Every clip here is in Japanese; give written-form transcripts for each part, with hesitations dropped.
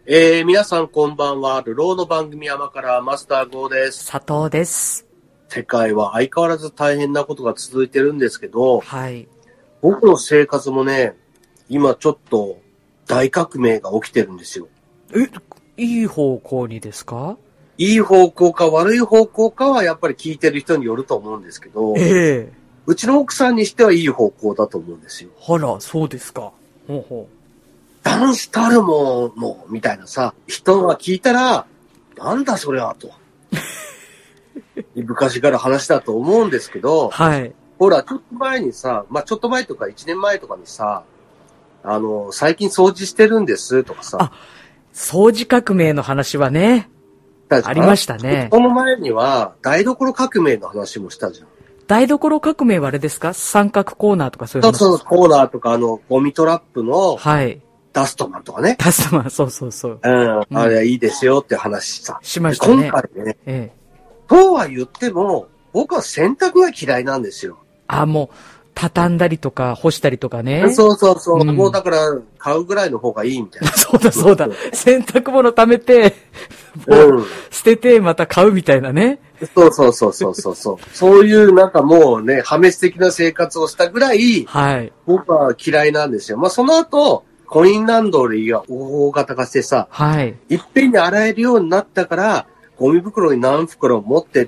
皆さんこんばんは。流浪の番組山からマスター号です。 佐藤です。 世界は相変わらず大変なことが続いてるんですけど、 はい。 僕の生活もね、今ちょっと大革命が起きてるんですよ。 いい方向にですか？ いい方向か悪い方向かはやっぱり聞いてる人によると思うんですけど、うちの奥さんにしてはいい方向だと思うんですよ。 あら、そうですか。ほうほう。 男子たるもの、みたいなさ、人が聞いたら、なんだそれは、と。昔から話だと思うんですけど、 はい。 ほら、ちょっと前にさ、ちょっと前とか1年前とかにさ、最近掃除してるんですとかさ。 掃除革命の話はね、ありましたね。 その前には、台所革命の話もしたじゃん。 台所革命はあれですか？三角コーナーとかそういう話。 そう、コーナーとか、ゴミトラップの、 はい。 ダストマンとかね。 ダストマン、そうそうそう。 あれはいいですよって話さ。 しましたね。 今回ね、とは言っても、僕は洗濯が嫌いなんですよ。 もう、畳んだりとか干したりとかね。 そう。もうだから、買うぐらいの方がいいみたいな。 そうだ。洗濯物貯めて、捨ててまた買うみたいなね。 そう。そういうなんかもうね、破滅的な生活をしたぐらい、 はい。 僕は嫌いなんですよ。その後、コインランドリーが大型化してさ、 はい。 いっぺんに洗えるようになったから、ゴミ袋に何袋持ってって、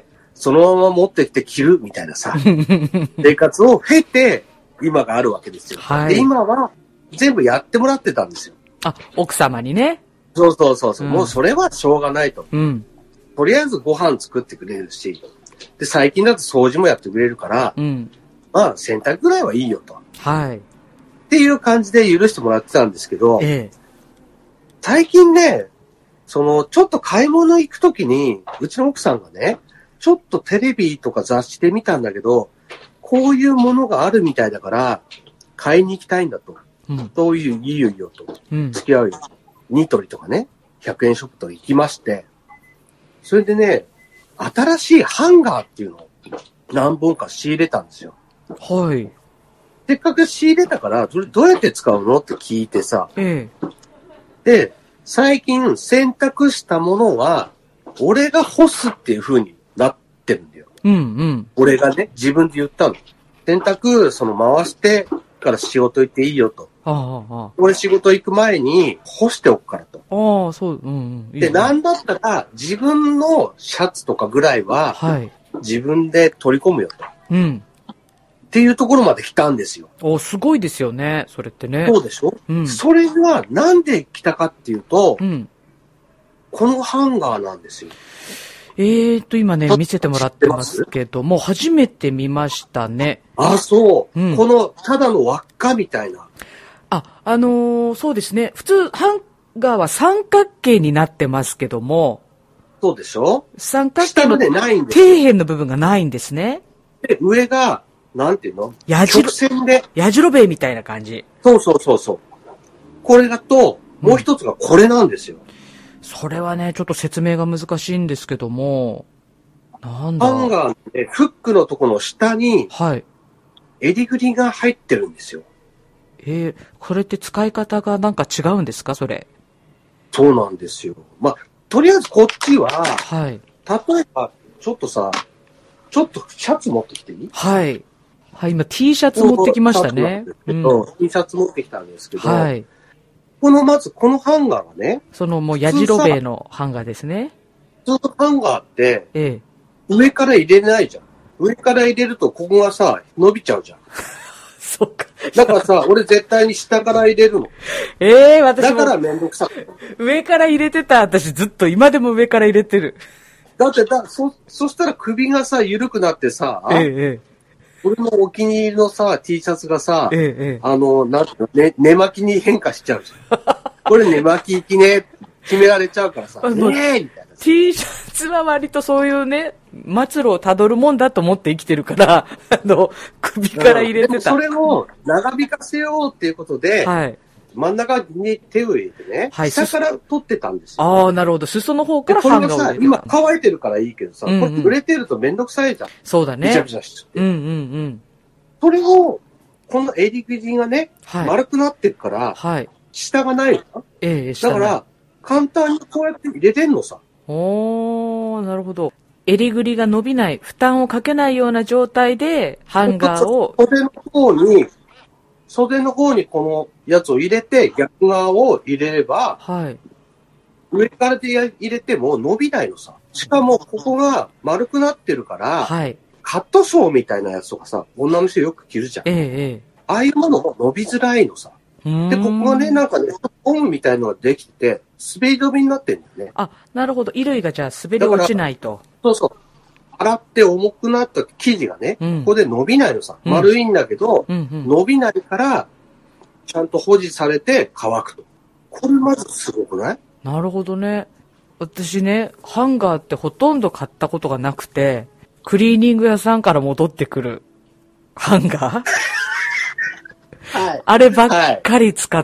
そのまま持ってきて着るみたいなさ、生活を経て、今があるわけですよ。 はい。 で、今は全部やってもらってたんですよ。 奥様にね。 そう。もうそれはしょうがないと。とりあえずご飯作ってくれるし、で、最近だと掃除もやってくれるから、洗濯ぐらいはいいよと。 はい。 っていう感じで許してもらってたんですけど、最近ね、ちょっと買い物行くときに、うちの奥さんがね、ちょっとテレビとか雑誌で見たんだけど、こういうものがあるみたいだから、買いに行きたいんだと。そういう、いいよと。付き合うよ。ニトリとかね、100円ショップとか行きまして、それでね、新しいハンガーっていうのを何本か仕入れたんですよ。 はい。 せっかく仕入れたから、それどうやって使うのって聞いてさ。で、最近洗濯したものは、俺が干すっていう風になってるんだよ。俺がね、自分で言ったの。洗濯、回してから仕事行っていいよと。俺仕事行く前に干しておくからと。 そう。 で、なんだったら自分のシャツとかぐらいは、自分で取り込むよと。っていうところまで来たんですよ。 すごいですよね、それってね。 そうでしょ？それはなんで来たかっていうと、このハンガーなんですよ。 今ね、見せてもらってますけども、初めて見ましたね。 そう。この、ただの輪っかみたいな。 そうですね。普通、ハンガーは三角形になってますけども、 そうでしょ？ 三角形の底辺の部分がないんですね。 で、上が、なんていうの？ 曲線で。やじろべえみたいな感じ。 そう。これだと、もう一つがこれなんですよ。 それはね、ちょっと説明が難しいんですけども、なんだ。 ハンガーでフックのところの下に、襟ぐりが入ってるんですよ。 これって使い方がなんか違うんですか、それ。 そうなんですよ。とりあえずこっちは、例えば、ちょっとシャツ持ってきていい？ 今 T シャツ持ってきましたね。 T シャツ持ってきたんですけど、まずこのハンガーはね、 もうやじろべえのハンガーですね。 普通のハンガーって、上から入れないじゃん。上から入れるとここがさ、伸びちゃうじゃん。 そっか。 だからさ、俺絶対に下から入れるの。 私も。 だからめんどくさく。 上から入れてた、私ずっと今でも上から入れてる。 だって、そしたら首がさ、緩くなってさ、俺のお気に入りのさ、T シャツがさ、なんていうの、寝巻きに変化しちゃうじゃん。これ寝巻き行きね、決められちゃうからさ、みたいな。 T シャツは割とそういうね、末路をたどるもんだと思って生きてるから、首から入れてた。 でもそれを長引かせようっていうことで、真ん中に手を入れてね、下から取ってたんですよ。 なるほど。裾の方からハンガーを入れてた。 これがさ、今乾いてるからいいけどさ、これ濡れてるとめんどくさいじゃん。 そうだね。 びちゃびちゃしちゃって。それを、この襟ぐりがね、丸くなってるから、下がないじゃん。だから、 簡単にこうやって入れれんのさ。 おー、なるほど。襟ぐりが伸びない、負担をかけないような状態で、ハンガーを。 袖の方にこのやつを入れて、逆側を入れれば、 はい。 上からで入れても伸びないのさ。しかも、ここが丸くなってるから、 はい。 カットソーみたいなやつとかさ、女の人よく着るじゃん。 ええ。 ああいうものも伸びづらいのさ。で、ここがね、なんかね、ポンみたいのができて、滑り止めになってんだよね。 あ、なるほど。衣類がじゃあ滑り落ちないと。 そうそう。洗って重くなった生地がね、ここで伸びないのさ。丸いんだけど、伸びないから、ちゃんと保持されて乾くと。これまずすごくない？ なるほどね。私ね、ハンガーってほとんど買ったことがなくて、クリーニング屋さんから戻ってくるハンガーはい。あればっかり使って、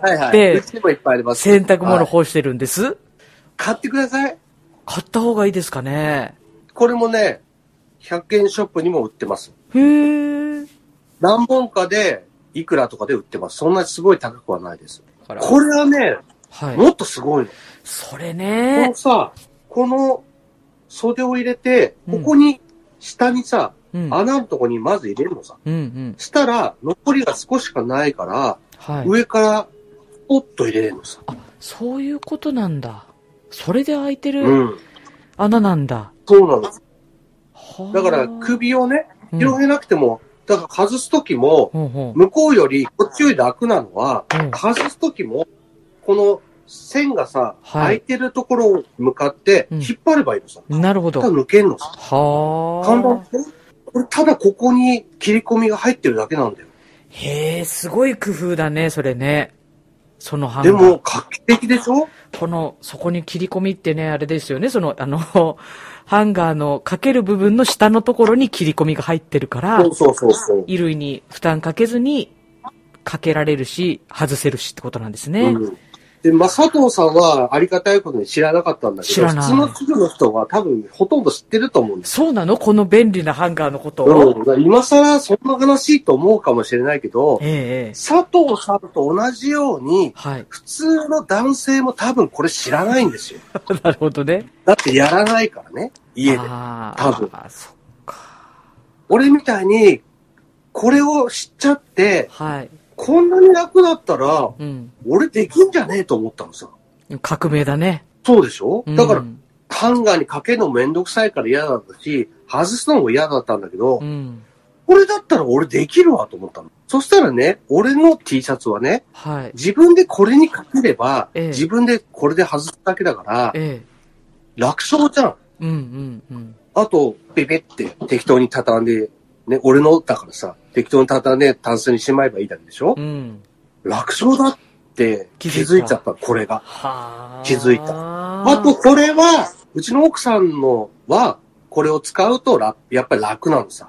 洗濯物干してるんです。 買ってください。 買った方がいいですかね。 これもね、100円ショップにも売ってます。 へー。 何本かで、いくらとかで売ってます。そんなすごい高くはないです。これはね、はい、もっとすごいの。 それね。 このさ、この袖を入れて、ここに、下にさ、穴のとこにまず入れるのさ。したら、残りが少ししかないから、はい、上からポッと入れるのさ。 あ、そういうことなんだ。それで開いてる穴なんだ。 そうなの。だから首をね、広げなくても、だから外すときも、向こうよりこっちより楽なのは、外すときも、この線がさ、開いてるところを向かって引っ張ればいいのさ。 なるほど。 抜けんのさ。 は簡単ですね。これただここに切り込みが入ってるだけなんだよ。 へえ、すごい工夫だね、それね。そのハンガー。 でも、画期的でしょ？ そこに切り込みってね、あれですよね。ハンガーのかける部分の下のところに切り込みが入ってるから、 そう。 衣類に負担かけずにかけられるし、外せるしってことなんですね。 で、佐藤さんはありがたいことに知らなかったんだけど、普通の主婦の人は多分ほとんど知ってると思うんです。 そうなの？この便利なハンガーのことを。 今更そんな話と思うかもしれないけど、佐藤さんと同じように、普通の男性も多分これ知らないんですよ。 なるほどね。 だってやらないからね、家で。多分。 そっか。 俺みたいに、これを知っちゃって、こんなに楽だったら、俺できんじゃねえと思ったのさ。 革命だね。 そうでしょ？だから、ハンガーにかけるのめんどくさいから嫌だったし、外すのも嫌だったんだけど、これだったら俺できるわと思ったの。そしたらね、俺の T シャツはね、自分でこれにかければ、自分でこれで外すだけだから、楽勝じゃん。あと、ペペって適当に畳んで、ね、俺のだからさ、適当に畳んでタンスにしまえばいいだけでしょ？楽勝だって気づいちゃった、これが。気づいた。あと、これは、うちの奥さんのは、これを使うとやっぱり楽なのさ。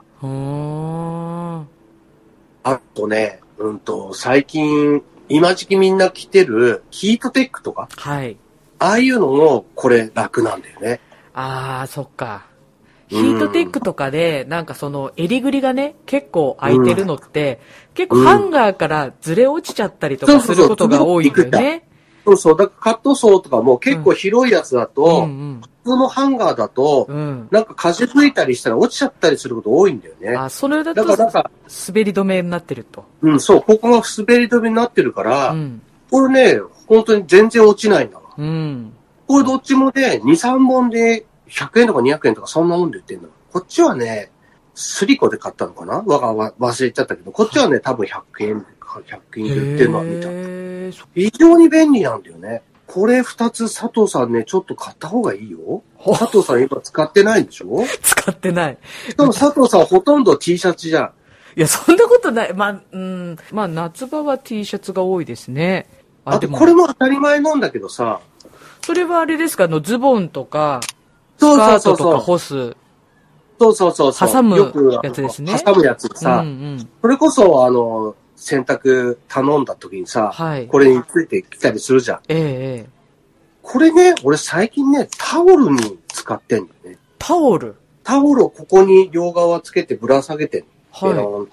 あとね、最近、今時期みんな着てるヒートテックとか。ああいうのも、これ楽なんだよね。 そっか。ヒートテックとかで、なんか襟ぐりがね、結構空いてるのって、結構ハンガーからずれ落ちちゃったりとかすることが多いんだよね。 だからカットソーとかも結構広いやつだと、普通のハンガーだと、なんか風吹いたりしたら落ちちゃったりすること多いんだよね。 それだと、滑り止めになってると。 そう、ここが滑り止めになってるから、これね、本当に全然落ちないんだわ。これどっちもね、2、3本で、100円とか200円とかそんなもんで売ってんの。こっちはね、スリコで買ったのかな？忘れちゃったけど、こっちはね、多分100円で売ってるのは見た。非常に便利なんだよね。これ2つ佐藤さんね、ちょっと買った方がいいよ。佐藤さん今使ってないんでしょ？ 使ってない。 しかも佐藤さんほとんど T シャツじゃん。 いや、そんなことない。夏場は T シャツが多いですね。 あと、これも当たり前なんだけどさ。 それはあれですか？ズボンとか、スカートとか干す。挟むやつですね。 挟むやつでさ、それこそ洗濯頼んだ時にさ、これについてきたりするじゃん。これね、俺最近ね、タオルに使ってんだよね。 タオルをここに両側つけてぶら下げてんの。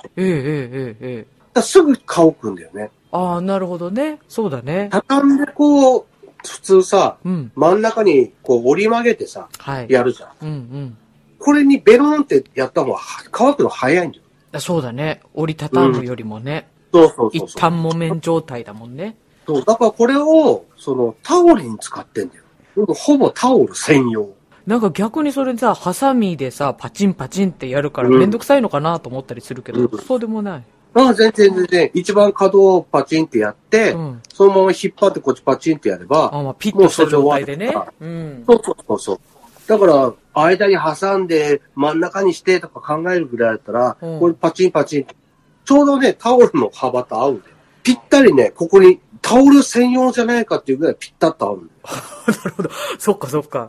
すぐ乾くんだよね。 なるほどね。そうだね。 畳んでこう、 普通さ、真ん中にこう折り曲げてさ、やるじゃん。これにベロンってやった方が乾くの早いんだよ。 そうだね。折りたたむよりもね。 そう。 一旦木綿状態だもんね。 そう、だからこれを、タオルに使ってんだよ。ほぼタオル専用。 なんか逆にそれさ、ハサミでさ、パチンパチンってやるからめんどくさいのかなと思ったりするけど、そうでもない。 全然。一番角をパチンってやって、そのまま引っ張ってこっちパチンってやれば、 ピッとした状態でね。 そう。だから、間に挟んで真ん中にしてとか考えるぐらいだったら、これパチンパチン。ちょうどね、タオルの幅と合うんだよ。ぴったりね、ここにタオル専用じゃないかっていうぐらいぴったっと合うんだよ。なるほど。そっか。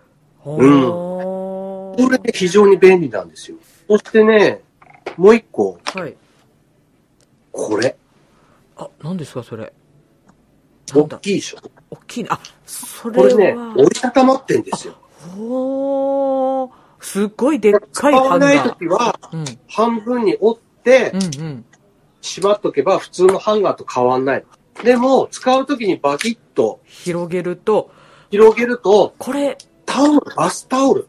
これで非常に便利なんですよ。そしてね、もう一個。 はい。 これ。 何ですか、それ。 大きいでしょ。 大きいね。それは。 これね、折りたたまってんですよ。 すっごいでっかいハンガー。 使わないときは、半分に折って、しまっとけば普通のハンガーと変わんない。でも、使うときにバキッと広げると、 これ、バスタオル。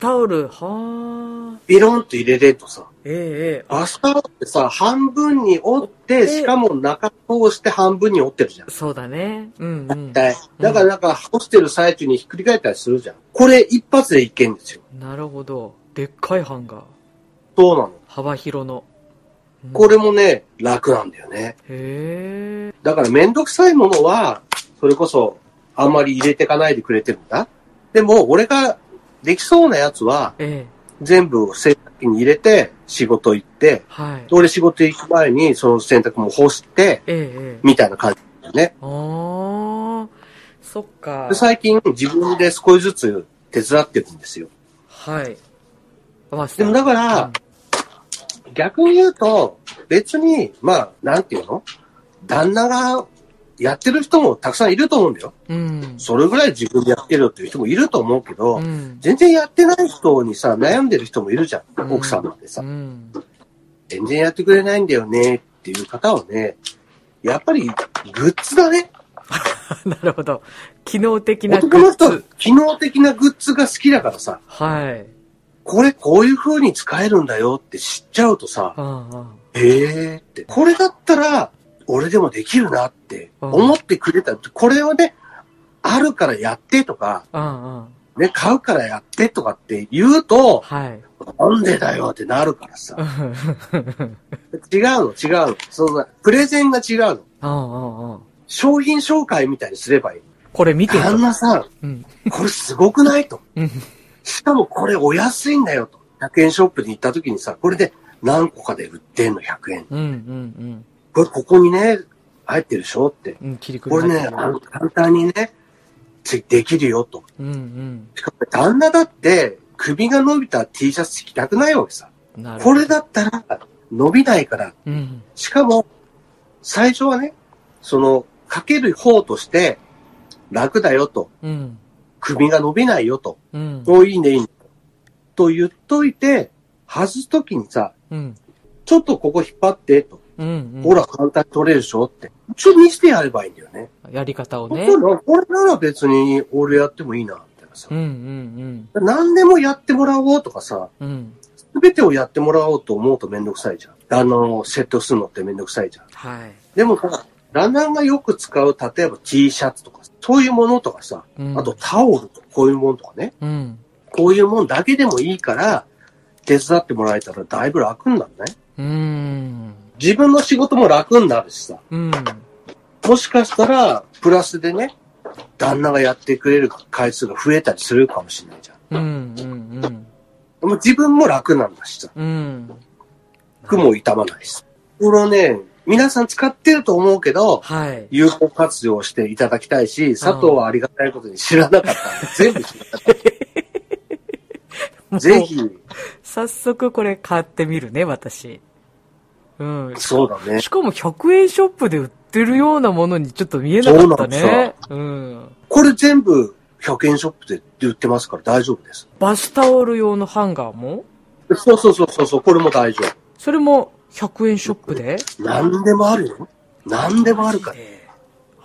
ビロンと入れれんとさ。バスタオルってさ、半分に折って、しかも中通して半分に折ってるじゃん。 そうだね。 だから干してる最中にひっくり返ったりするじゃん。これ一発でいけんですよ。 なるほど。でっかいハンガー。 そうなの。 幅広の。 これもね、楽なんだよね。だからめんどくさいものは、それこそあんまり入れてかないでくれてるんだ。でも、俺ができそうなやつは、全部洗濯機に入れて仕事行って、俺仕事行く前にその洗濯も干して、みたいな感じだよね。 そっか。 最近自分で少しずつ手伝ってるんですよ。でもだから、逆に言うと、別に、なんていうの？旦那がやってる人もたくさんいると思うんだよ。それぐらい自分でやってるっていう人もいると思うけど、全然やってない人にさ、悩んでる人もいるじゃん。奥様でさ。全然やってくれないんだよねっていう方はね、やっぱりグッズだね。 なるほど。機能的なグッズ。 男の人は機能的なグッズが好きだからさ。これこういう風に使えるんだよって知っちゃうとさ、へーって。これだったら、俺でもできるなって思ってくれた。これをね、あるからやってとか、ね、買うからやってとかって言うと、なんでだよってなるからさ。違うの。そんな、プレゼンが違うの。商品紹介みたいにすればいい。 これ見てる。 旦那さん、これすごくないと。しかもこれお安いんだよと。100円ショップに行った時にさ、これで何個かで売ってんの100円。これここにね、入ってるでしょって。これね、簡単にね、できるよと。しかも旦那だって首が伸びた T シャツ着たくないわけさ。これだったら伸びないから。しかも、最初はね、かける方として楽だよと。首が伸びないよと。いいね。と言っといて、外すときにさ、ちょっとここ引っ張ってと。ほら、簡単に取れるでしょって。ちょっと見せてやればいいんだよね。 やり方をね。 これなら別に俺やってもいいな、みたいなさ。何でもやってもらおうとかさ、すべてをやってもらおうと思うとめんどくさいじゃん。旦那をセットするのってめんどくさいじゃん。でもさ、旦那がよく使う、例えば T シャツとか、そういうものとかさ、あとタオルとかこういうものとかね。こういうもんだけでもいいから、手伝ってもらえたらだいぶ楽になるね。自分の仕事も楽になるしさ。もしかしたら、プラスでね、旦那がやってくれる回数が増えたりするかもしれないじゃん。でも自分も楽なんだしさ。服も傷まないし。これはね、皆さん使ってると思うけど、有効活用していただきたいし、佐藤はありがたいことに知らなかったんで、全部知らなかった。ぜひ。 早速これ買ってみるね、私。 そうだね。 しかも100円ショップで売ってるようなものにちょっと見えなかったね。 これ全部100円ショップで売ってますから大丈夫です。 バスタオル用のハンガーも？ そう、これも大丈夫。 それも100円ショップで？ 何でもあるよ。何でもあるから。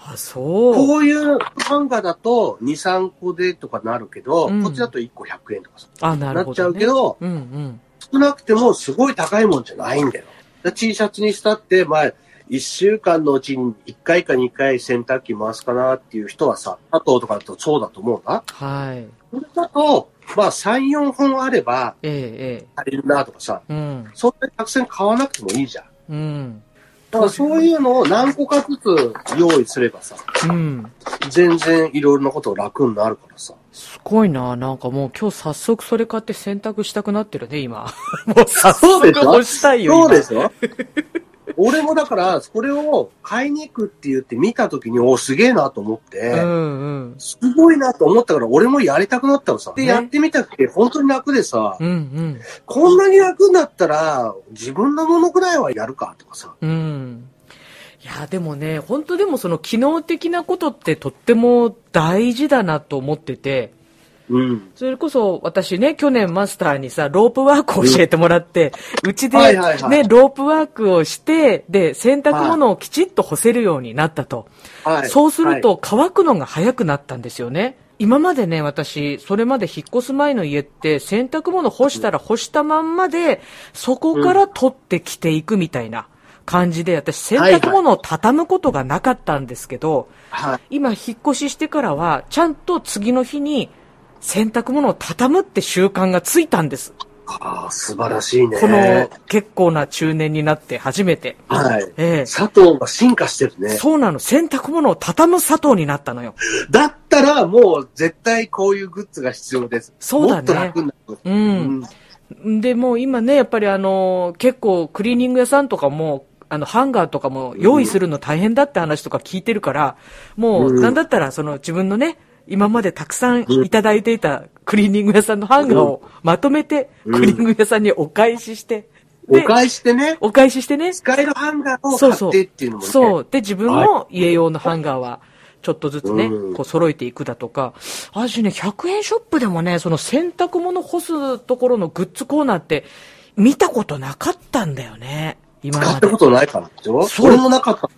あ、そう。 こういうハンガーだと2、3個でとかなるけど、こっちだと1個100円とかさ。 なるほど、ね。 なっちゃうけど、少なくてもすごい高いもんじゃないんだよ。T シャツにしたって、1週間のうちに1回か2回洗濯機回すかなっていう人はさ、佐藤とかだとそうだと思うな。 はい。 それだと、3、4本あれば、足りるなとかさ、そんなにたくさん買わなくてもいいじゃん。だからそういうのを何個かずつ用意すればさ、全然いろいろなことが楽になるからさ。 すごいな。なんかもう今日早速それ買って洗濯したくなってるね、今。もう早速干したいよ。 そうですよ。俺もだから、これを買いに行くって言って見たときに、すげえなと思って、すごいなと思ったから、俺もやりたくなったのさ。で、やってみたくて、本当に楽でさ、こんなに楽になったら、自分のものぐらいはやるかとかさ。 いや、でもね、本当でもその機能的なことってとっても大事だなと思ってて、それこそ私ね、去年マスターにさ、ロープワークを教えてもらって、うちでね、ロープワークをして、で、洗濯物をきちっと干せるようになったと。そうすると乾くのが早くなったんですよね。今までね、私、それまで引っ越す前の家って、洗濯物干したら干したまんまで、そこから取ってきていくみたいな感じで、私、洗濯物を畳むことがなかったんですけど、今、引っ越ししてからは、ちゃんと次の日に、洗濯物を畳むって習慣がついたんです。 素晴らしいね。 この結構な中年になって初めて。 佐藤が進化してるね。 そうなの。洗濯物を畳む佐藤になったのよ。 だったらもう絶対こういうグッズが必要です。 そうだね。 もっと楽になる。で、もう今ね、やっぱり結構クリーニング屋さんとかも、ハンガーとかも用意するの大変だって話とか聞いてるから、もうなんだったら自分のね、今までたくさんいただいていたクリーニング屋さんのハンガーをまとめて、クリーニング屋さんにお返しして、 お返ししてね。 使えるハンガーを買ってっていうのもね。 そう。で、自分の家用のハンガーは、ちょっとずつね、こう揃えていくだとか。私ね、100円ショップでもね、その洗濯物干すところのグッズコーナーって見たことなかったんだよね。今まで。 使ったことないからでしょ？それもなかった。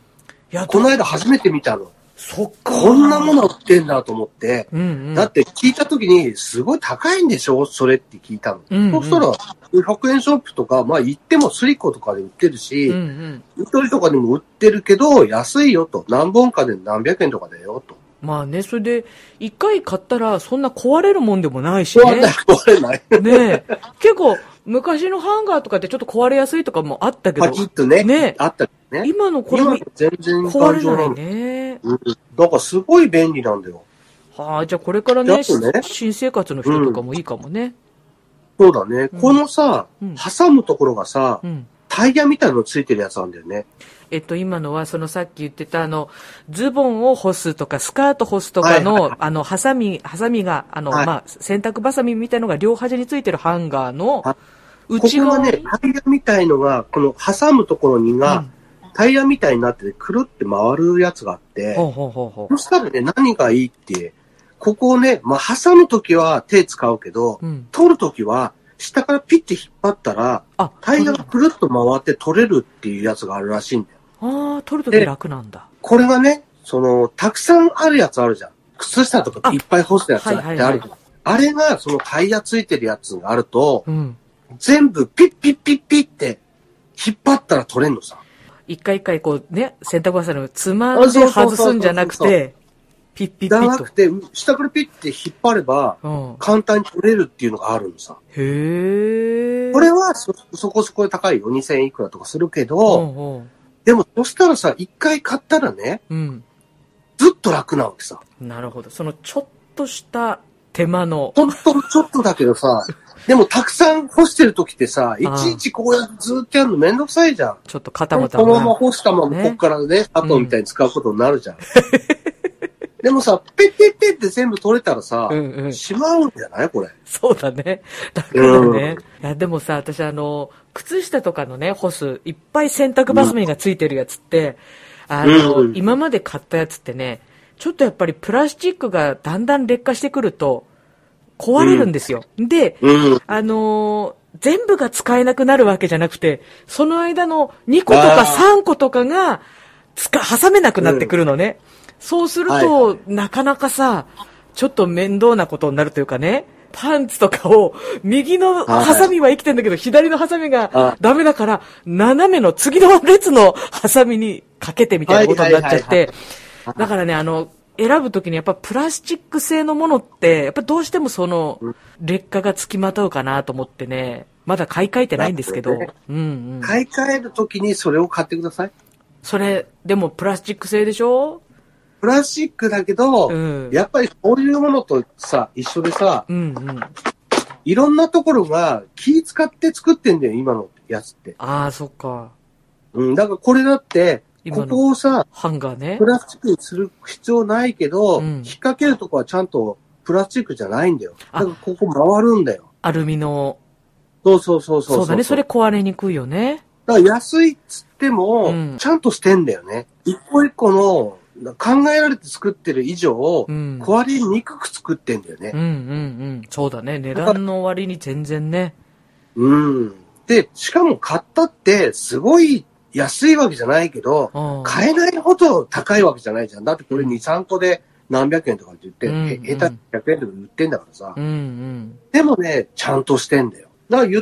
この間初めて見たの。 そっか。 こんなもの売ってんだと思って。だって聞いたときに、すごい高いんでしょそれって聞いたの。そしたら、100円ショップとか、行ってもスリコとかで売ってるし、ニトリとかでも売ってるけど、安いよと。何本かで何百円とかだよと。 まあね、それで、一回買ったら、そんな壊れるもんでもないしね。 壊れない。 ねえ。結構、昔のハンガーとかってちょっと壊れやすいとかもあったけど。 パキッとね。ねあったね。 今のこれ全然壊れないね。 だからすごい便利なんだよ。 じゃあこれからね、新生活の人とかもいいかもね。 そうだね。このさ、挟むところがさ、タイヤみたいなのついてるやつなんだよね。 今のは、さっき言ってたズボンを干すとか、スカート干すとかの、ハサミが、洗濯バサミみたいのが両端についてるハンガーの、 内側に。ここがね、タイヤみたいのが、この挟むところにが、タイヤみたいになってて、くるって回るやつがあって、そしたらね、何がいいって、ここをね、挟むときは手使うけど、取るときは、下からピッて引っ張ったら、タイヤがくるっと回って取れるっていうやつがあるらしいんだよ。 取るとき楽なんだ。 これがね、たくさんあるやつあるじゃん。靴下とかいっぱい干すやつってある。あれが、そのタイヤついてるやつがあると、全部ピッピッピッピッって引っ張ったら取れんのさ。 一回一回こうね、洗濯バサミをつまんで外すんじゃなくて、ピッピッピッと。 じゃなくて、下からピッて引っ張れば、簡単に取れるっていうのがあるのさ。 へー。 これはそこそこで高いよ。2000円いくらとかするけど、でもそしたらさ、一回買ったらね、ずっと楽なわけさ。 なるほど。そのちょっとした手間の。 ちょっとだけどさ、でもたくさん干してる時ってさ、いちいちこうやってずっとやるのめんどくさいじゃん。 ちょっと固まったこのまま干したままこっからね、あとみたいに使うことになるじゃん。でもさ、ペッペッペッって全部取れたらさ、しまうんじゃないこれ。 そうだね。だからね。いや、でもさ、私靴下とかのね、干す、いっぱい洗濯バサミがついてるやつって、今まで買ったやつってね、ちょっとやっぱりプラスチックがだんだん劣化してくると、壊れるんですよ。で、全部が使えなくなるわけじゃなくて、その間の2個とか3個とかが、挟めなくなってくるのね。 そうすると、なかなかさ、ちょっと面倒なことになるというかね、パンツとかを、右のハサミは生きてんだけど、左のハサミがダメだから、斜めの次の列のハサミにかけてみたいなことになっちゃって、だからね、選ぶときにやっぱプラスチック製のものって、やっぱどうしてもその、劣化がつきまとうかなと思ってね、まだ買い替えてないんですけど。 買い替えるときにそれを買ってください。 それ、でもプラスチック製でしょ？ プラスチックだけど、やっぱりこういうものとさ、一緒でさ、いろんなところが気使って作ってんだよ、今のやつって。 ああ、そっか。 だからこれだって、ここをさ、 ハンガーね。 プラスチックにする必要ないけど、引っ掛けるとこはちゃんとプラスチックじゃないんだよ。だからここ回るんだよ。 アルミの。 そう。 そうだね、それ壊れにくいよね。 だから安いっつっても、ちゃんとしてんだよね。一個一個の考えられて作ってる以上、壊れにくく作ってんだよね。 そうだね、値段の割に全然ね。 で、しかも買ったってすごい安いわけじゃないけど、買えないほど高いわけじゃないじゃん。だってこれ2、3個で何百円とかって言って、下手100円とか売ってんだからさ。でもね、ちゃんとしてんだよ。だから言って、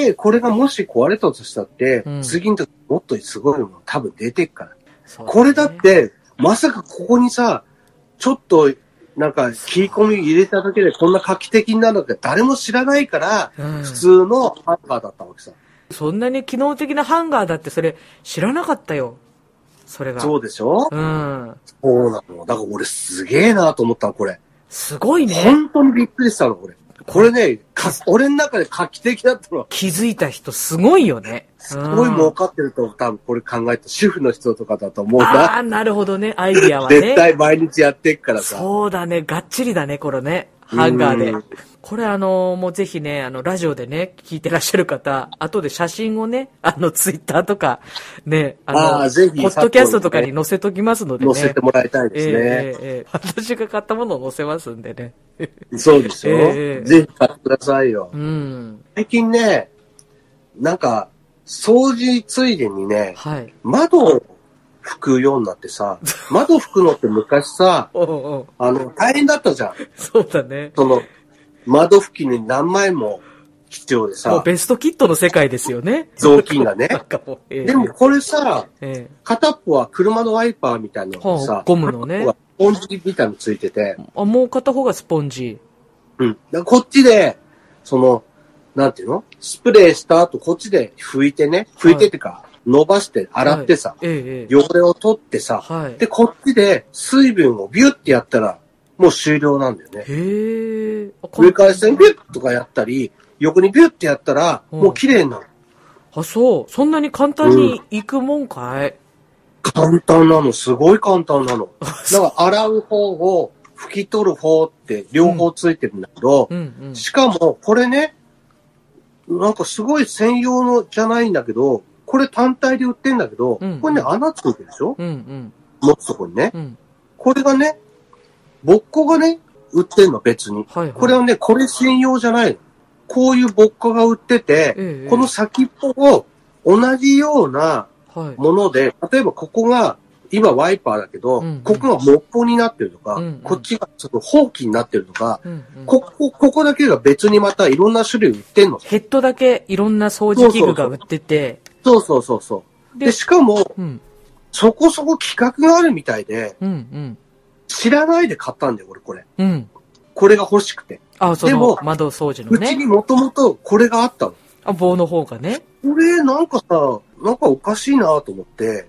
これがもし壊れたとしたって、次の時もっとすごいもの多分出てっから。これだって、まさかここにさ、ちょっと、なんか、切り込み入れただけでこんな画期的になるのって誰も知らないから、普通のハンガーだったわけさ。 そんなに機能的なハンガーだってそれ知らなかったよ。それが。 そうでしょ？そうなの。だから俺すげえなと思ったの、これ。 すごいね。 本当にびっくりしたの、これ。これね、俺の中で画期的だったの。 気づいた人すごいよね。 すごい儲かってると多分これ考えた主婦の人とかだと思うな。 ああ、なるほどね。アイディアはね。 絶対毎日やってっからさ。 そうだね。がっちりだね、これね。ハンガーで。これもうぜひね、ラジオでね、聞いてらっしゃる方、後で写真をね、ツイッターとか、ね、 ぜひ、 ポッドキャストとかに載せときますのでね。 載せてもらいたいですね。 私が買ったものを載せますんでね。 そうですよ。ぜひ買ってくださいよ。最近ね、なんか、掃除ついでにね、窓を拭くようになってさ、窓拭くのって昔さ、大変だったじゃん。 そうだね。 窓拭きに何枚も必要でさ。もうベストキットの世界ですよね。 雑巾がね。でもこれさ、片っぽは車のワイパーみたいなのがさ、 ゴムのね。 スポンジみたいなのついてて。 もう片方がスポンジ。 こっちで、なんていうの？スプレーした後、こっちで拭いてってか、伸ばして洗ってさ、汚れを取ってさ、で、こっちで水分をビュッてやったら、もう終了なんだよね。上から下にビュッとかやったり、横にビュッてやったら、もう綺麗になる。 あ、そう。そんなに簡単にいくもんかい？ 簡単なの。すごい簡単なの。だから洗う方を拭き取る方って両方ついてるんだけど、しかもこれね、なんかすごい専用のじゃないんだけど、これ単体で売ってんだけど、これね、穴ついてるでしょ？持つとこにね。これがね、ぼっこがね、売ってんの、別に。これはね、これ専用じゃないの。こういうぼっこが売ってて、この先っぽを同じようなもので、例えばここが、今ワイパーだけど、ここがモッポになってるとか、こっちがちょっとホウキになってるとか、ここだけが別にまたいろんな種類売ってんの。 ヘッドだけいろんな掃除器具が売ってて。 そう。で、しかも、そこそこ規格があるみたいで、知らないで買ったんだよ、俺これ。これが欲しくて。 でも、窓掃除のね。 うちにもともとこれがあったの。 棒の方がね。 これ、なんかさ、なんかおかしいなと思って、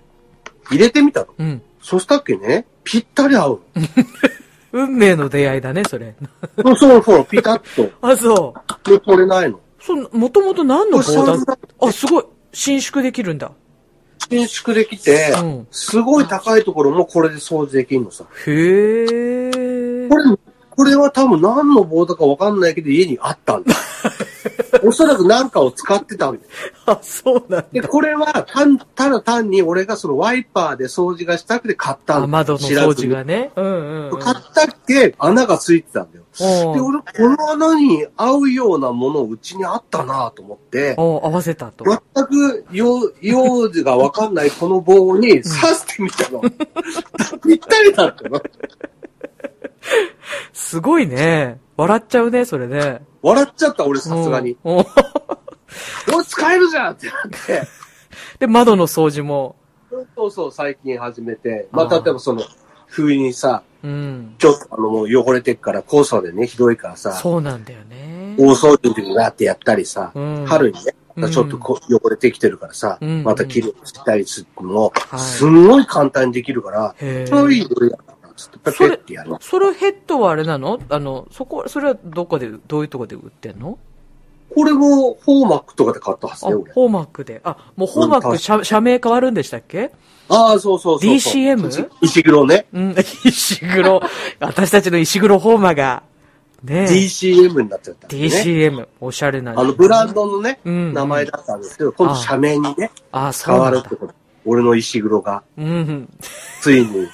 入れてみたの。そしたっけね、ぴったり合うの。 運命の出会いだね、それ。 そう、ピタッと。 そう。 で、取れないの。 もともと何の棒だ？すごい。伸縮できるんだ。 伸縮できて、すごい高いところもこれで掃除できるのさ。 へー。 これは多分何の棒だかわかんないけど家にあったんだ。 おそらく何かを使ってたんだよ。 あ、そうなんだ。 で、これはただ単に俺がそのワイパーで掃除がしたくて買ったんだ。 窓の掃除がね。 買ったっけ穴がついてたんだよ。で、俺、この穴に合うようなものをうちにあったなと思って、 合わせたと。 全く用途がわかんないこの棒に刺してみたの。ぴったりだったの。 すごいね。笑っちゃうね、それね。 笑っちゃった、俺さすがに。俺使えるじゃんってなって。 で、窓の掃除も。 そう、最近始めて。まあ、例えばその、冬にさ、 うん、 ちょっともう汚れてっから黄砂でね、ひどいからさ。 そうなんだよね。 大掃除の時にわーってやったりさ、春にね、ちょっと汚れてきてるからさ、また綺麗にしたりするのも、すんごい簡単にできるから、そういうのやったら、ちょっとペペってやる。 それヘッドはあれなの？それはどういうとこで売ってんの？ これも、ホーマックとかで買ったはずね、俺。 ホーマックで。もうホーマック社名変わるんでしたっけ？ そう。 DCM？ 石黒ね。 石黒。私たちの石黒ホーマが、ね。 DCM になっちゃった、ね。 DCM。おしゃれな、ね。 ブランドのね、名前だったんですけど、今度社名にね、変わるってこと。俺の石黒が。ついに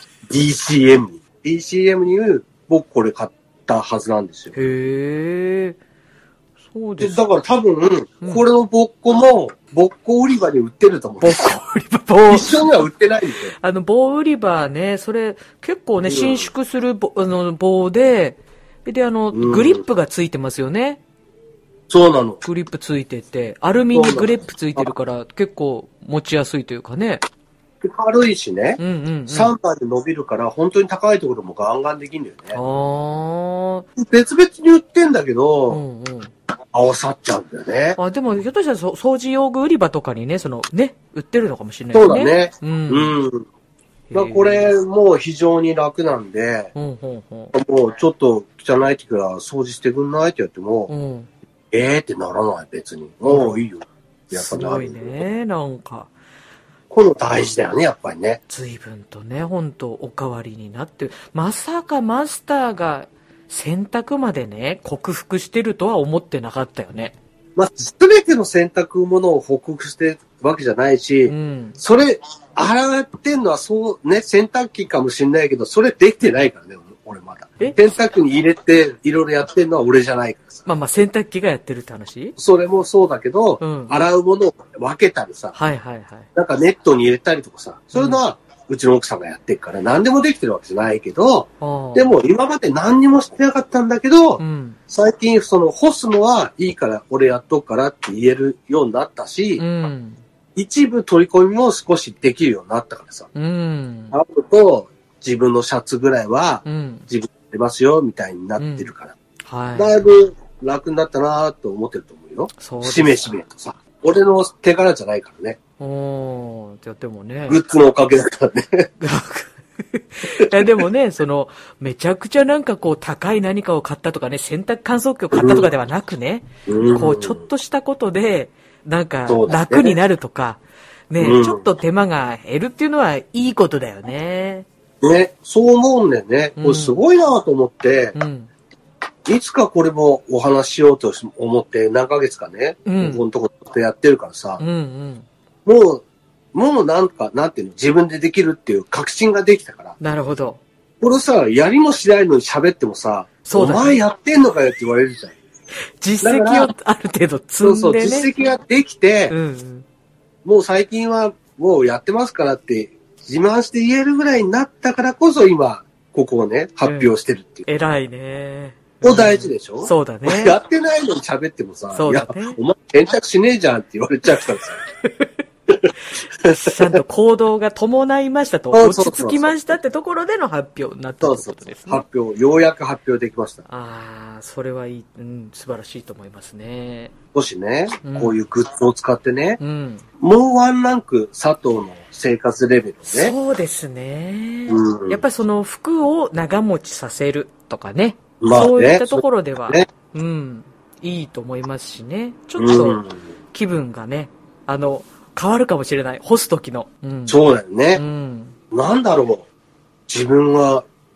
DCM に。DCM に僕これ買ったはずなんですよ。 へー。そうです。 だから多分、これのボッコも、ボッコ売り場に売ってると思う。 ボッコ売り場、 一緒には売ってないんですよ。 棒売り場ね、それ、結構ね、伸縮する棒で、グリップがついてますよね。 そうなの。 グリップついてて、アルミにグリップついてるから、結構持ちやすいというかね。 軽いしね、3番で伸びるから、本当に高いところもガンガンできるんだよね。別々に売ってんだけど、合わさっちゃうんだよね。 でも、ひょっとしたら掃除用具売り場とかにね、売ってるのかもしれないですね。 そうだね。これ、もう非常に楽なんで、もうちょっと汚い時から掃除してくんないってやっても、ってならない、別に。もういいよ。 やっぱすごいね、なんか。 この大事だよね、やっぱりね。 随分とね、ほんとおかわりになって、まさかマスターが洗濯までね、克服してるとは思ってなかったよね。 まあ、すべての洗濯物を克服してるわけじゃないし、それ、洗ってんのはそうね、洗濯機かもしれないけど、それできてないからね、俺まだ。洗濯機に入れて、いろいろやってんのは俺じゃないからさ。 まあ洗濯機がやってるって話？ それもそうだけど、洗うものを分けたりさ。なんかネットに入れたりとかさ、そういうのは、うちの奥さんがやってるから、何でもできてるわけじゃないけど、でも今まで何にもしてなかったんだけど、最近干すのはいいから俺やっとくからって言えるようになったし、一部取り込みも少しできるようになったからさ。あと、自分のシャツぐらいは、自分で出ますよ、みたいになってるから。だいぶ楽になったなと思ってると思うよ。しめしめとさ。俺の手柄じゃないからね。 でもね。 グッズのおかげだからね。 でもね、めちゃくちゃなんか高い何かを買ったとかね、洗濯乾燥機を買ったとかではなくね、ちょっとしたことで、なんか楽になるとか、ね、ちょっと手間が減るっていうのはいいことだよね。 ね、そう思うんだよね。これすごいなと思って、いつかこれもお話ししようと思って何ヶ月かね、このとこやってるからさ、もうなんていうの、自分でできるっていう確信ができたから。 なるほど。 これさ、やりもしないのに喋ってもさ、お前やってんのかよって言われるじゃん。 実績をある程度積んでね。そう、 実績ができて、もう最近はもうやってますからって自慢して言えるぐらいになったからこそ今、ここをね、発表してるっていう。 偉いね。 大事でしょ？ そうだね。 やってないのに喋ってもさ、いや、お前選択しねえじゃんって言われちゃうからさ。ちゃんと行動が伴いましたと、落ち着きましたってところでの発表になったってことですね。 発表、ようやく発表できました。 それはいい、素晴らしいと思いますね。 もしね、こういうグッズを使ってね、もうワンランク佐藤の生活レベルね。 そうですね。やっぱり服を長持ちさせるとかね。そういったところでは、いいと思いますしね。ちょっと気分がね、変わるかもしれない。干す時の。 そうだよね。なんだろう。自分は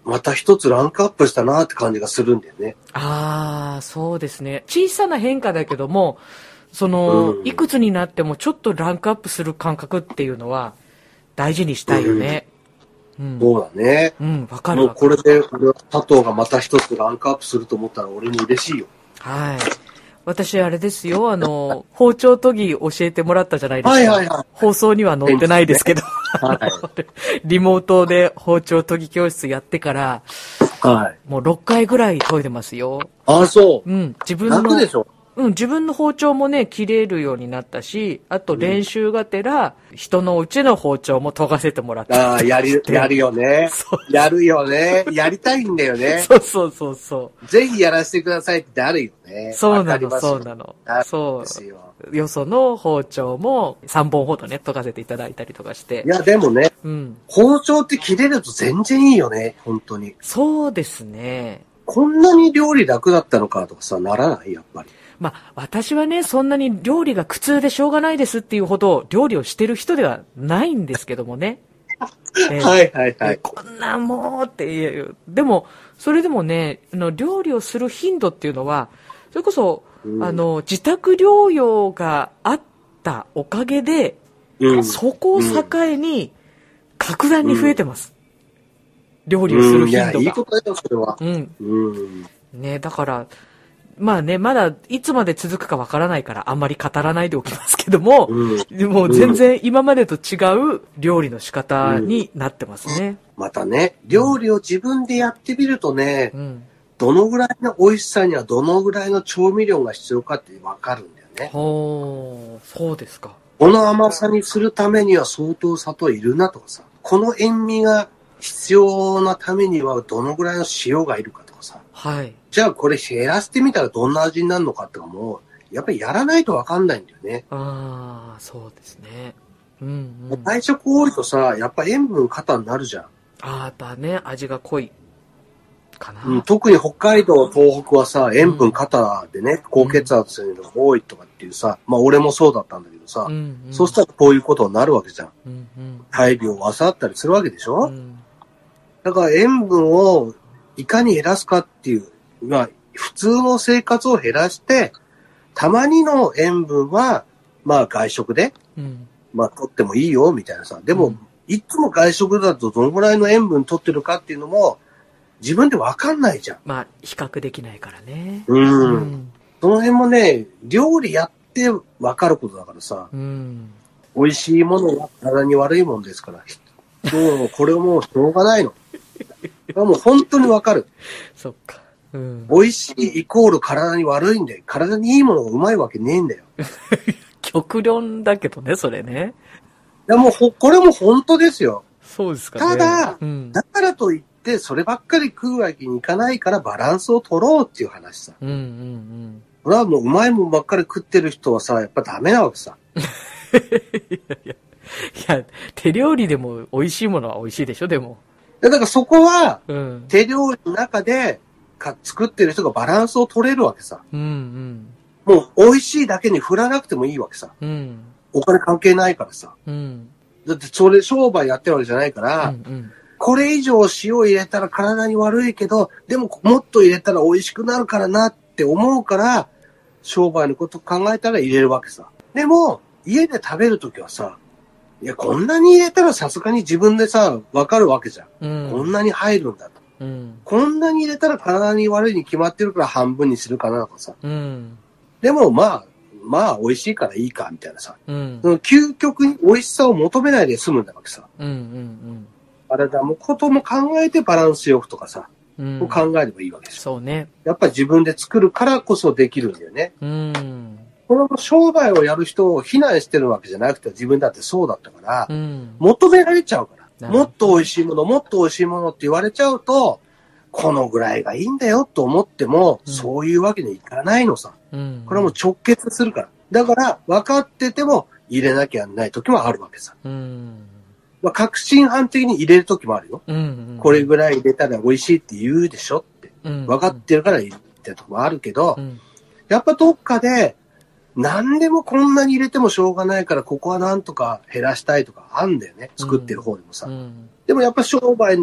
また一つランクアップしたなって感じがするんだよね。 ああ、そうですね。小さな変化だけども、いくつになってもちょっとランクアップする感覚っていうのは大事にしたいよね。 そうだね。 わかる。 もうこれで、佐藤がまた一つランクアップすると思ったら俺も嬉しいよ。 はい。私、あれですよ、包丁研ぎ教えてもらったじゃないですか。放送には載ってないですけど、リモートで包丁研ぎ教室やってから、もう6回ぐらい研いでますよ。 ああ、そう。 自分の。 楽でしょ。 自分の包丁もね、切れるようになったし、あと練習がてら、人のうちの包丁も研がせてもらった。 ああ、やるよね。やるよね。やりたいんだよね。 そう。 ぜひやらせてくださいってあるよね。 そうなの。そうですよ。よその包丁も3本ほどね、研がせていただいたりとかして。 いや、でもね、包丁って切れると全然いいよね、本当に。 そうですね。 こんなに料理楽だったのかとかさ、ならないやっぱり。 まあ、私はね、そんなに料理が苦痛でしょうがないですっていうほど、料理をしてる人ではないんですけどもね。こんなもうっていう。でも、それでもね、料理をする頻度っていうのは、それこそ、自宅療養があったおかげで、そこを境に、格段に増えてます。料理をする頻度が。 いいことだよ、それは。 ね、だから、まあね、まだいつまで続くかわからないからあんまり語らないでおきますけども、でも全然今までと違う料理の仕方になってますね。 またね、料理を自分でやってみるとね、どのぐらいの美味しさにはどのぐらいの調味料が必要かってわかるんだよね。 そうですか。 この甘さにするためには相当砂糖いるなとかさ、この塩味が必要なためにはどのぐらいの塩がいるかとかさ。じゃあこれ減らしてみたらどんな味になるのかってかもう、やっぱりやらないとわかんないんだよね。 ああ、そうですね。 外食多いとさ、やっぱ塩分過多になるじゃん。 やっぱね、味が濃いかな。 特に北海道、東北はさ、塩分過多でね、高血圧が多いとかっていうさ、まあ俺もそうだったんだけどさ、そうしたらこういうことになるわけじゃん。大量を漁ったりするわけでしょ。だから塩分をいかに減らすかっていう、まあ、普通の生活を減らして、たまにの塩分は、まあ外食で、まあ取ってもいいよ、みたいなさ。でも、いつも外食だとどのぐらいの塩分取ってるかっていうのも、自分でわかんないじゃん。 まあ、比較できないからね。 その辺もね、料理やってわかることだからさ、美味しいものは体に悪いもんですから、もうこれはもうしょうがないの。もう本当にわかる。 そっか。 美味しいイコール体に悪いんで、体にいいものがうまいわけねえんだよ。 極論だけどね、それね。 いやもうこれも本当ですよ。 そうですかね。 ただ、だからといって、そればっかり食うわけにいかないからバランスを取ろうっていう話さ。これはもううまいもんばっかり食ってる人はさ、やっぱダメなわけさ。 いや、手料理でも美味しいものは美味しいでしょ、でも。 だからそこは、手料理の中で作ってる人がバランスを取れるわけさ。もう美味しいだけに振らなくてもいいわけさ。お金関係ないからさ。だってそれ商売やってるわけじゃないから、これ以上塩入れたら体に悪いけど、でももっと入れたら美味しくなるからなって思うから、商売のこと考えたら入れるわけさ。でも、家で食べるときはさ、いや、こんなに入れたらさすがに自分でさ、わかるわけじゃん。こんなに入るんだと。こんなに入れたら体に悪いに決まってるから半分にするかなとかさ。でもまあ美味しいからいいかみたいなさ。その究極に美味しさを求めないで済むんだわけさ。体もことも考えてバランスよくとかさ。考えればいいわけですよ。 そうね。 やっぱり自分で作るからこそできるんだよね。この商売をやる人を非難してるわけじゃなくて、自分だってそうだったから、求められちゃうから。もっと美味しいもの、もっと美味しいものって言われちゃうと、このぐらいがいいんだよと思っても、そういうわけにいかないのさ。これはもう直結するから。だから、分かってても入れなきゃない時もあるわけさ。まあ、確信犯的に入れる時もあるよ。これぐらい入れたら美味しいって言うでしょって。分かってるから入れてる時もあるけど、やっぱどっかで、何でもこんなに入れてもしょうがないから、ここはなんとか減らしたいとかあんだよね。作ってる方でもさ。でもやっぱ商売の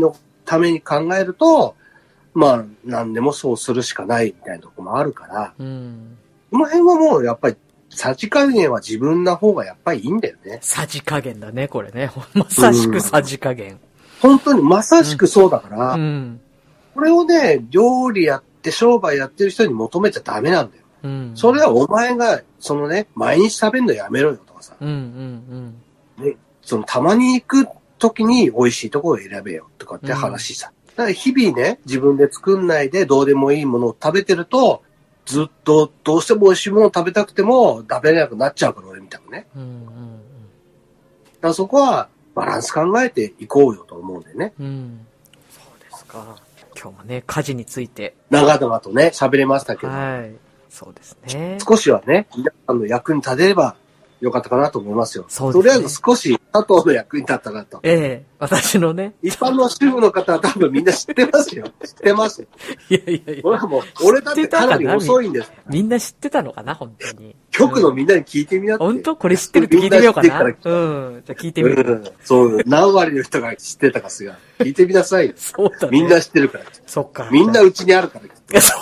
ために考えると、まあ、何でもそうするしかないみたいなとこもあるから、この辺はもうやっぱり、さじ加減は自分の方がやっぱりいいんだよね。 さじ加減だね、これね。まさしくさじ加減。 本当にまさしくそうだから、これをね、料理やって商売やってる人に求めちゃダメなんだよ。それはお前が、そのね、毎日食べるのやめろよとかさ。ね、そのたまに行く時に美味しいところを選べよとかって話さ。だから日々ね、自分で作んないでどうでもいいものを食べてると、ずっとどうしても美味しいものを食べたくても食べれなくなっちゃうから俺みたいなね。だからそこはバランス考えていこうよと思うんでね。 そうですか。今日もね、家事について。 長々とね、喋れましたけど。 はい。そうですね。 少しはね、皆さんの役に立てればよかったかなと思いますよ。 そうですね。 とりあえず少し佐藤の役に立ったなと。 私のね。 一般の主婦の方は多分みんな知ってますよ。知ってます。 いやいやいや。 俺はもう、俺だってかなり遅いんです。 みんな知ってたのかな、本当に。 局のみんなに聞いてみなって。 本当これ知ってるって聞いてみようかな。じゃあ聞いてみる。 そう、何割の人が知ってたかすが。聞いてみなさいよ。 そうだね。 みんな知ってるから。 そっか。 みんなうちにあるから。 そう、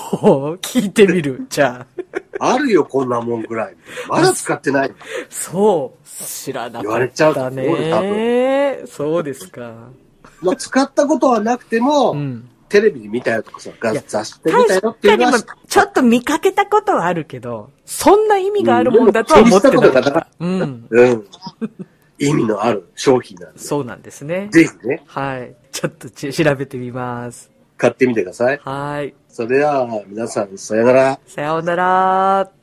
聞いてみる。じゃあ。あるよ、こんなもんぐらい。まだ使ってない。 そう。知らなかったね。 言われちゃうと思うよ、多分。そうですか。 まあ、使ったことはなくても、テレビで見たよとかさ、雑誌で見たよっていうのは。 ちょっと見かけたことはあるけど、そんな意味があるもんだとは思ってなかった。 意味のある商品なんで。 そうなんですね。 ぜひね。 はい。ちょっと調べてみます。 買ってみてください。 はい。 それでは、皆さん、さよなら。 さようなら。